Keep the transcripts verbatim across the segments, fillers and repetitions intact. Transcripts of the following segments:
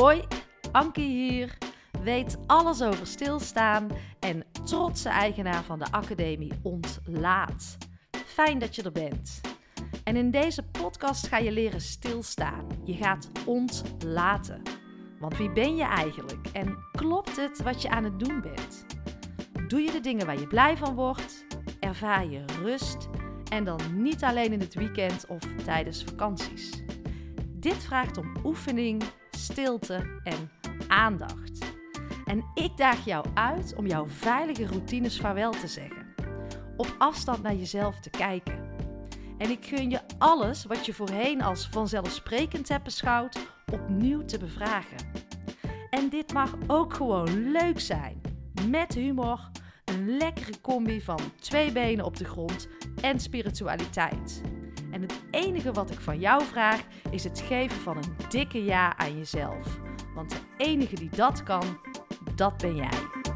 Hoi, Ankie hier, weet alles over stilstaan en trotse eigenaar van de Academie Ontlaat. Fijn dat je er bent. En in deze podcast ga je leren stilstaan. Je gaat ontlaten. Want wie ben je eigenlijk en klopt het wat je aan het doen bent? Doe je de dingen waar je blij van wordt? Ervaar je rust? En dan niet alleen in het weekend of tijdens vakanties. Dit vraagt om oefening, stilte en aandacht. En ik daag jou uit om jouw veilige routines vaarwel te zeggen. Op afstand naar jezelf te kijken. En ik gun je alles wat je voorheen als vanzelfsprekend hebt beschouwd, opnieuw te bevragen. En dit mag ook gewoon leuk zijn. Met humor, een lekkere combi van twee benen op de grond en spiritualiteit. En het enige wat ik van jou vraag is het geven van een dikke ja aan jezelf. Want de enige die dat kan, dat ben jij.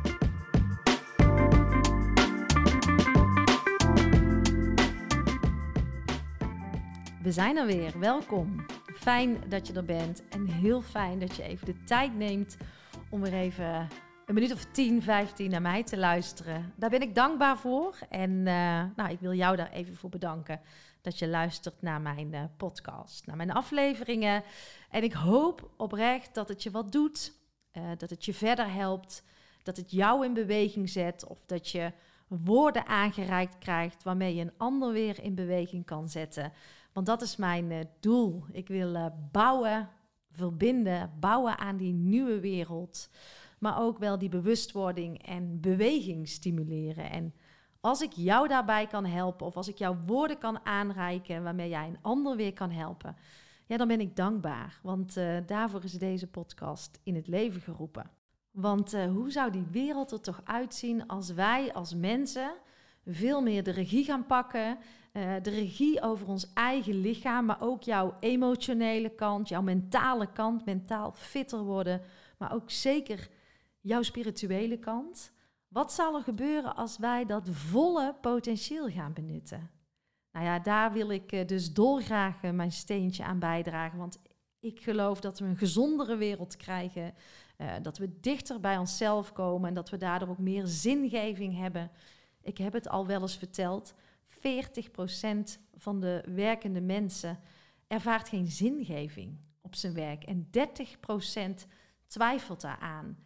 We zijn er weer, welkom. Fijn dat je er bent en heel fijn dat je even de tijd neemt om weer even een minuut of tien, vijftien naar mij te luisteren. Daar ben ik dankbaar voor en uh, nou, ik wil jou daar even voor bedanken dat je luistert naar mijn uh, podcast, naar mijn afleveringen. En ik hoop oprecht dat het je wat doet, uh, dat het je verder helpt, dat het jou in beweging zet of dat je woorden aangereikt krijgt waarmee je een ander weer in beweging kan zetten. Want dat is mijn uh, doel. Ik wil uh, bouwen, verbinden, bouwen aan die nieuwe wereld. Maar ook wel die bewustwording en beweging stimuleren. En als ik jou daarbij kan helpen of als ik jouw woorden kan aanreiken waarmee jij een ander weer kan helpen, ja, dan ben ik dankbaar. Want uh, daarvoor is deze podcast in het leven geroepen. Want uh, hoe zou die wereld er toch uitzien als wij als mensen veel meer de regie gaan pakken, uh, de regie over ons eigen lichaam, maar ook jouw emotionele kant, jouw mentale kant, mentaal fitter worden, maar ook zeker jouw spirituele kant. Wat zal er gebeuren als wij dat volle potentieel gaan benutten? Nou ja, daar wil ik uh, dus dolgraag uh, mijn steentje aan bijdragen, want ik geloof dat we een gezondere wereld krijgen, uh, dat we dichter bij onszelf komen en dat we daardoor ook meer zingeving hebben. Ik heb het al wel eens verteld, veertig procent van de werkende mensen ervaart geen zingeving op zijn werk en dertig procent twijfelt daaraan.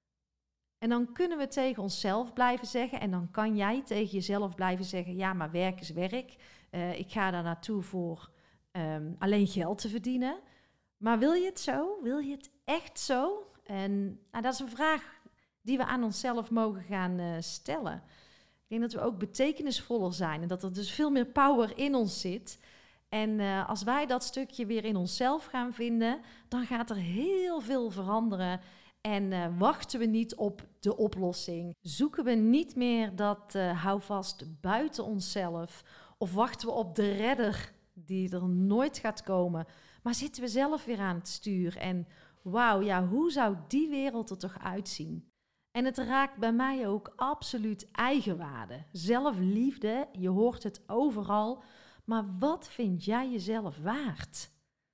En dan kunnen we tegen onszelf blijven zeggen en dan kan jij tegen jezelf blijven zeggen, ja, maar werk is werk. Uh, ik ga daar naartoe voor um, alleen geld te verdienen. Maar wil je het zo? Wil je het echt zo? En nou, dat is een vraag die we aan onszelf mogen gaan uh, stellen. Ik denk dat we ook betekenisvoller zijn en dat er dus veel meer power in ons zit. En uh, als wij dat stukje weer in onszelf gaan vinden, dan gaat er heel veel veranderen. En uh, wachten we niet op de oplossing. Zoeken we niet meer dat uh, houvast buiten onszelf. Of wachten we op de redder die er nooit gaat komen. Maar zitten we zelf weer aan het stuur. En wauw, ja, hoe zou die wereld er toch uitzien? En het raakt bij mij ook absoluut eigenwaarde. Zelfliefde, je hoort het overal. Maar wat vind jij jezelf waard?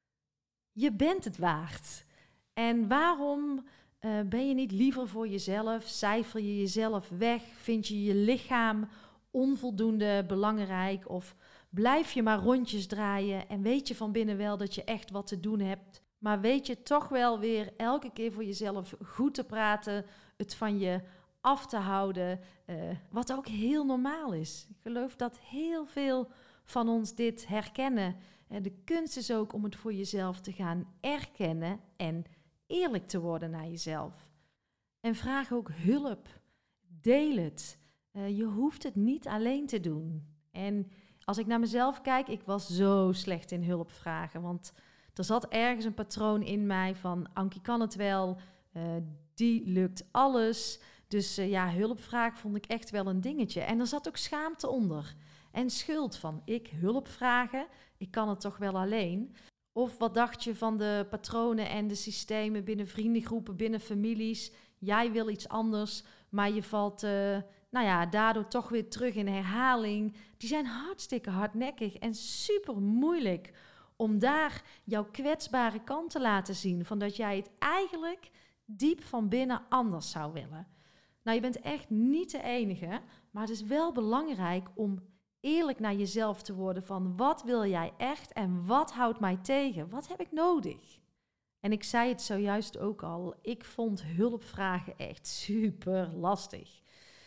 Je bent het waard. En waarom uh, ben je niet liever voor jezelf? Cijfer je jezelf weg? Vind je je lichaam onvoldoende belangrijk? Of blijf je maar rondjes draaien en weet je van binnen wel dat je echt wat te doen hebt? Maar weet je toch wel weer elke keer voor jezelf goed te praten, het van je af te houden, uh, wat ook heel normaal is. Ik geloof dat heel veel van ons dit herkennen. En de kunst is ook om het voor jezelf te gaan erkennen en eerlijk te worden naar jezelf. En vraag ook hulp. Deel het. Uh, je hoeft het niet alleen te doen. En als ik naar mezelf kijk, ik was zo slecht in hulp vragen. Want er zat ergens een patroon in mij van Ankie kan het wel, uh, die lukt alles. Dus uh, ja, hulpvraag vond ik echt wel een dingetje. En er zat ook schaamte onder. En schuld van ik hulp vragen, ik kan het toch wel alleen. Of wat dacht je van de patronen en de systemen binnen vriendengroepen, binnen families? Jij wil iets anders, maar je valt uh, nou ja, daardoor toch weer terug in herhaling. Die zijn hartstikke hardnekkig en super moeilijk Om daar jouw kwetsbare kant te laten zien. Van dat jij het eigenlijk diep van binnen anders zou willen. Nou, je bent echt niet de enige. Maar het is wel belangrijk om eerlijk naar jezelf te worden. Van wat wil jij echt en wat houdt mij tegen? Wat heb ik nodig? En ik zei het zojuist ook al. Ik vond hulpvragen echt super lastig.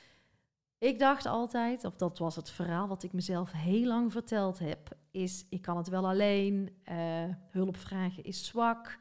Ik dacht altijd, of dat was het verhaal wat ik mezelf heel lang verteld heb, is ik kan het wel alleen, uh, hulpvragen is zwak.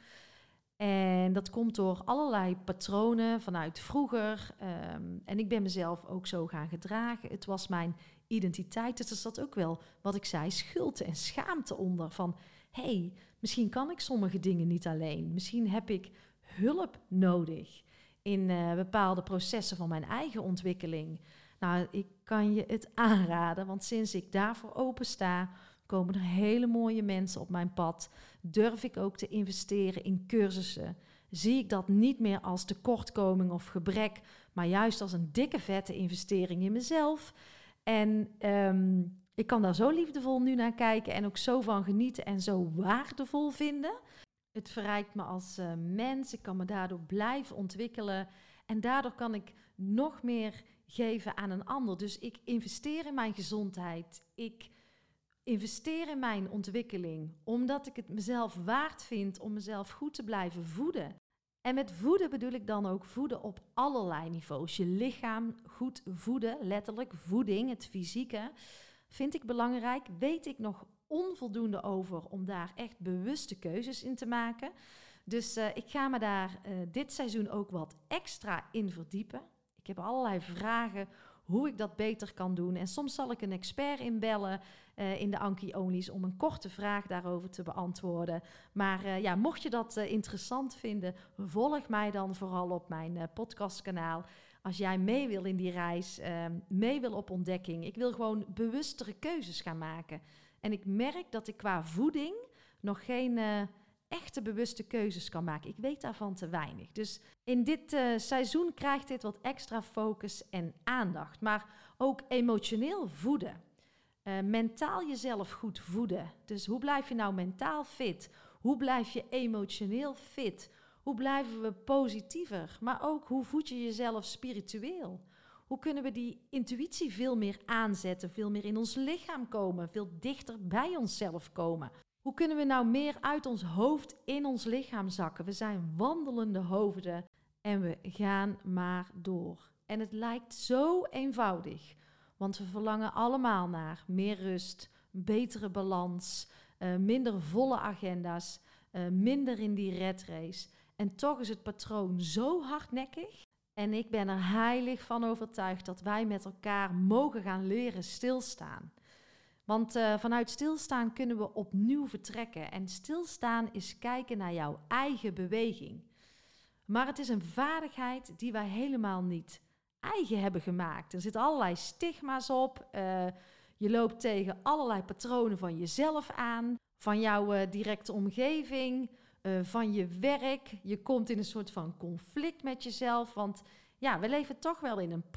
En dat komt door allerlei patronen vanuit vroeger. Um, en ik ben mezelf ook zo gaan gedragen. Het was mijn identiteit, dus er zat ook wel, wat ik zei, schuld en schaamte onder. Van, hé, hey, misschien kan ik sommige dingen niet alleen. Misschien heb ik hulp nodig in uh, bepaalde processen van mijn eigen ontwikkeling. Nou, ik kan je het aanraden, want sinds ik daarvoor opensta, komen er hele mooie mensen op mijn pad. Durf ik ook te investeren in cursussen. Zie ik dat niet meer als tekortkoming of gebrek, maar juist als een dikke vette investering in mezelf. En um, ik kan daar zo liefdevol nu naar kijken en ook zo van genieten en zo waardevol vinden. Het verrijkt me als uh, mens, ik kan me daardoor blijven ontwikkelen en daardoor kan ik nog meer geven aan een ander. Dus ik investeer in mijn gezondheid. Ik investeer in mijn ontwikkeling. Omdat ik het mezelf waard vind om mezelf goed te blijven voeden. En met voeden bedoel ik dan ook voeden op allerlei niveaus. Je lichaam goed voeden, letterlijk voeding, het fysieke, vind ik belangrijk. Weet ik nog onvoldoende over om daar echt bewuste keuzes in te maken. Dus uh, ik ga me daar uh, dit seizoen ook wat extra in verdiepen. Ik heb allerlei vragen hoe ik dat beter kan doen. En soms zal ik een expert inbellen uh, in de Anki Onlys om een korte vraag daarover te beantwoorden. Maar uh, ja, mocht je dat uh, interessant vinden, volg mij dan vooral op mijn uh, podcastkanaal. Als jij mee wil in die reis, uh, mee wil op ontdekking. Ik wil gewoon bewustere keuzes gaan maken. En ik merk dat ik qua voeding nog geen Uh, echte bewuste keuzes kan maken. Ik weet daarvan te weinig. Dus in dit uh, seizoen krijgt dit wat extra focus en aandacht. Maar ook emotioneel voeden. Uh, mentaal jezelf goed voeden. Dus hoe blijf je nou mentaal fit? Hoe blijf je emotioneel fit? Hoe blijven we positiever? Maar ook hoe voed je jezelf spiritueel? Hoe kunnen we die intuïtie veel meer aanzetten? Veel meer in ons lichaam komen? Veel dichter bij onszelf komen? Hoe kunnen we nou meer uit ons hoofd in ons lichaam zakken? We zijn wandelende hoofden en we gaan maar door. En het lijkt zo eenvoudig, want we verlangen allemaal naar meer rust, betere balans, uh, minder volle agenda's, uh, minder in die red race. En toch is het patroon zo hardnekkig. En ik ben er heilig van overtuigd dat wij met elkaar mogen gaan leren stilstaan. Want uh, vanuit stilstaan kunnen we opnieuw vertrekken. En stilstaan is kijken naar jouw eigen beweging. Maar het is een vaardigheid die wij helemaal niet eigen hebben gemaakt. Er zitten allerlei stigma's op. Uh, je loopt tegen allerlei patronen van jezelf aan. Van jouw uh, directe omgeving. Uh, van je werk. Je komt in een soort van conflict met jezelf. Want ja, we leven toch wel in een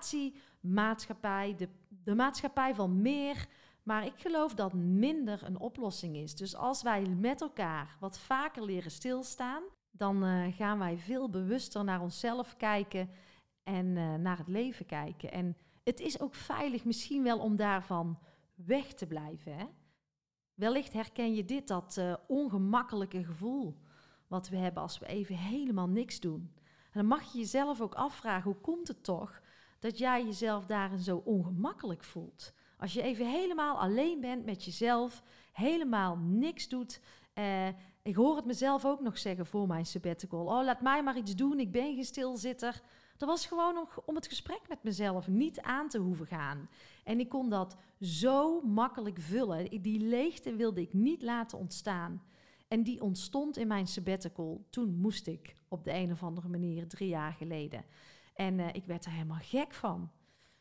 prestatiemaatschappij. De, de maatschappij van meer. Maar ik geloof dat minder een oplossing is. Dus als wij met elkaar wat vaker leren stilstaan, dan uh, gaan wij veel bewuster naar onszelf kijken en uh, naar het leven kijken. En het is ook veilig misschien wel om daarvan weg te blijven. Hè? Wellicht herken je dit, dat uh, ongemakkelijke gevoel wat we hebben als we even helemaal niks doen. En dan mag je jezelf ook afvragen, hoe komt het toch dat jij jezelf daarin zo ongemakkelijk voelt? Als je even helemaal alleen bent met jezelf, helemaal niks doet. Uh, ik hoor het mezelf ook nog zeggen voor mijn sabbatical. Oh, laat mij maar iets doen, ik ben geen stilzitter. Dat was gewoon nog om het gesprek met mezelf niet aan te hoeven gaan. En ik kon dat zo makkelijk vullen. Die leegte wilde ik niet laten ontstaan. En die ontstond in mijn sabbatical. Toen moest ik op de een of andere manier drie jaar geleden. En uh, ik werd er helemaal gek van.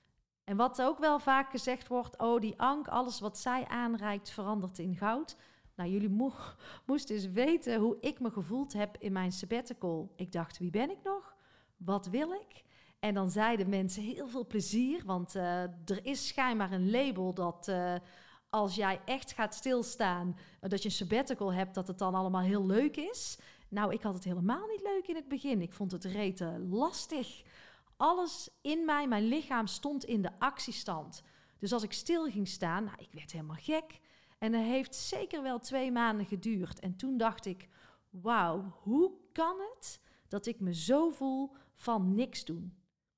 En wat ook wel vaak gezegd wordt, oh die Ank, alles wat zij aanreikt verandert in goud. Nou, jullie mo- moesten eens weten hoe ik me gevoeld heb in mijn sabbatical. Ik dacht, wie ben ik nog? Wat wil ik? En dan zeiden mensen heel veel plezier, want uh, er is schijnbaar een label dat uh, als jij echt gaat stilstaan, dat je een sabbatical hebt, dat het dan allemaal heel leuk is. Nou, ik had het helemaal niet leuk in het begin. Ik vond het rete lastig. Alles in mij, mijn lichaam stond in de actiestand. Dus als ik stil ging staan, nou, ik werd helemaal gek. En dat heeft zeker wel twee maanden geduurd. En toen dacht ik, wauw, hoe kan het dat ik me zo voel van niks doen?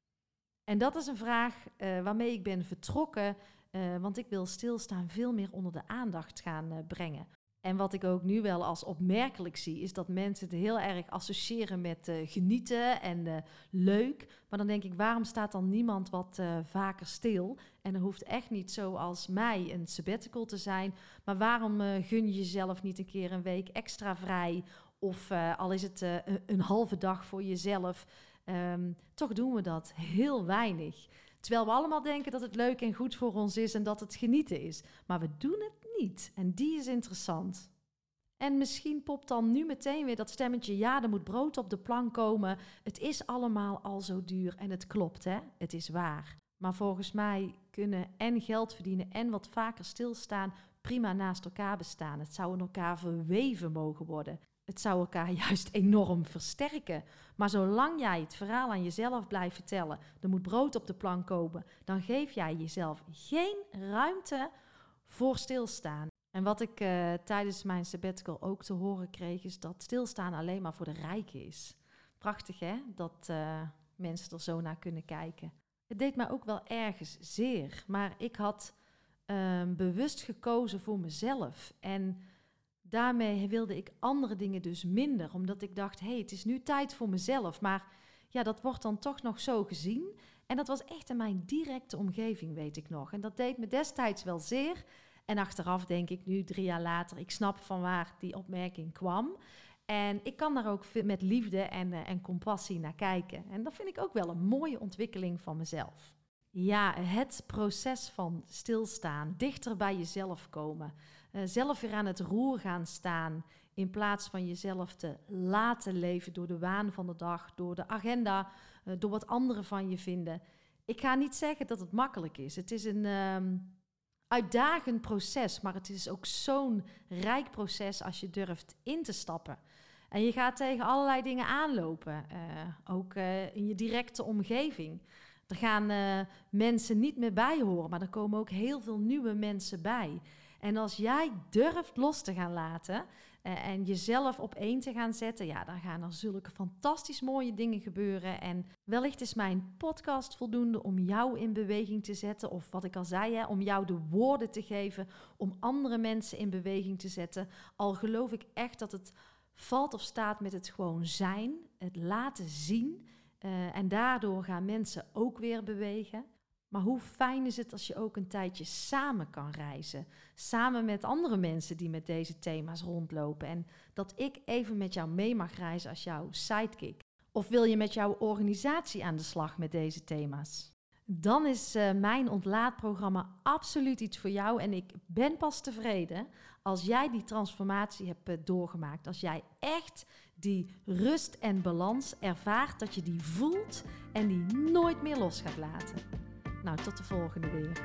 En dat is een vraag uh, waarmee ik ben vertrokken, uh, want ik wil stilstaan veel meer onder de aandacht gaan uh, brengen. En wat ik ook nu wel als opmerkelijk zie, is dat mensen het heel erg associëren met uh, genieten en uh, leuk. Maar dan denk ik, waarom staat dan niemand wat uh, vaker stil? En er hoeft echt niet zoals mij een sabbatical te zijn. Maar waarom uh, gun je jezelf niet een keer een week extra vrij? Of uh, al is het uh, een, een halve dag voor jezelf. Um, toch doen we dat heel weinig. Terwijl we allemaal denken dat het leuk en goed voor ons is en dat het genieten is. Maar we doen het niet. En die is interessant. En misschien popt dan nu meteen weer dat stemmetje, ja, er moet brood op de plank komen. Het is allemaal al zo duur en het klopt, hè? Het is waar. Maar volgens mij kunnen en geld verdienen en wat vaker stilstaan prima naast elkaar bestaan. Het zou in elkaar verweven mogen worden. Het zou elkaar juist enorm versterken. Maar zolang jij het verhaal aan jezelf blijft vertellen, er moet brood op de plank komen, dan geef jij jezelf geen ruimte voor stilstaan. En wat ik uh, tijdens mijn sabbatical ook te horen kreeg, is dat stilstaan alleen maar voor de rijken is. Prachtig, hè? Dat uh, mensen er zo naar kunnen kijken. Het deed mij ook wel ergens zeer, maar ik had uh, bewust gekozen voor mezelf. En daarmee wilde ik andere dingen dus minder, omdat ik dacht, hé, hey, het is nu tijd voor mezelf. Maar ja, dat wordt dan toch nog zo gezien. En dat was echt in mijn directe omgeving, weet ik nog. En dat deed me destijds wel zeer. En achteraf denk ik nu, drie jaar later, ik snap van waar die opmerking kwam. En ik kan daar ook met liefde en, uh, en compassie naar kijken. En dat vind ik ook wel een mooie ontwikkeling van mezelf. Ja, het proces van stilstaan, dichter bij jezelf komen. Uh, zelf weer aan het roer gaan staan in plaats van jezelf te laten leven door de waan van de dag, door de agenda, uh, door wat anderen van je vinden. Ik ga niet zeggen dat het makkelijk is. Het is een um, uitdagend proces, maar het is ook zo'n rijk proces als je durft in te stappen. En je gaat tegen allerlei dingen aanlopen, uh, ook uh, in je directe omgeving. Er gaan uh, mensen niet meer bij horen, maar er komen ook heel veel nieuwe mensen bij. En als jij durft los te gaan laten uh, en jezelf op één te gaan zetten, ja, dan gaan er zulke fantastisch mooie dingen gebeuren. En wellicht is mijn podcast voldoende om jou in beweging te zetten. Of wat ik al zei, hè, om jou de woorden te geven om andere mensen in beweging te zetten. Al geloof ik echt dat het valt of staat met het gewoon zijn, het laten zien. Uh, en daardoor gaan mensen ook weer bewegen. Maar hoe fijn is het als je ook een tijdje samen kan reizen. Samen met andere mensen die met deze thema's rondlopen. En dat ik even met jou mee mag reizen als jouw sidekick. Of wil je met jouw organisatie aan de slag met deze thema's? Dan is uh, mijn ontlaatprogramma absoluut iets voor jou. En ik ben pas tevreden als jij die transformatie hebt uh, doorgemaakt. Als jij echt die rust en balans ervaart, dat je die voelt en die nooit meer los gaat laten. Nou, tot de volgende weer.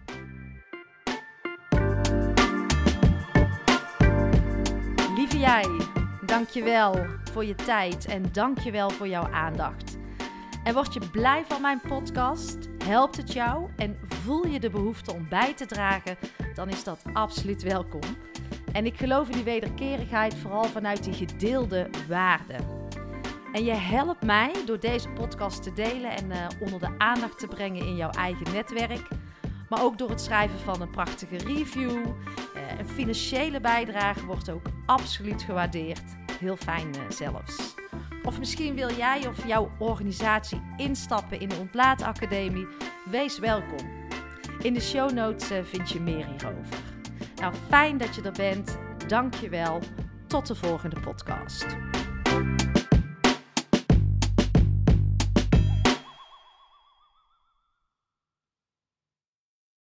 Lieve jij, dankjewel voor je tijd en dankjewel voor jouw aandacht. En word je blij van mijn podcast? Helpt het jou en voel je de behoefte om bij te dragen? Dan is dat absoluut welkom. En ik geloof in die wederkerigheid vooral vanuit die gedeelde waarden. En je helpt mij door deze podcast te delen en uh, onder de aandacht te brengen in jouw eigen netwerk. Maar ook door het schrijven van een prachtige review. Uh, een financiële bijdrage wordt ook absoluut gewaardeerd. Heel fijn uh, zelfs. Of misschien wil jij of jouw organisatie instappen in de Ontlaatacademie. Wees welkom. In de show notes uh, vind je meer hierover. Nou, fijn dat je er bent. Dank je wel. Tot de volgende podcast.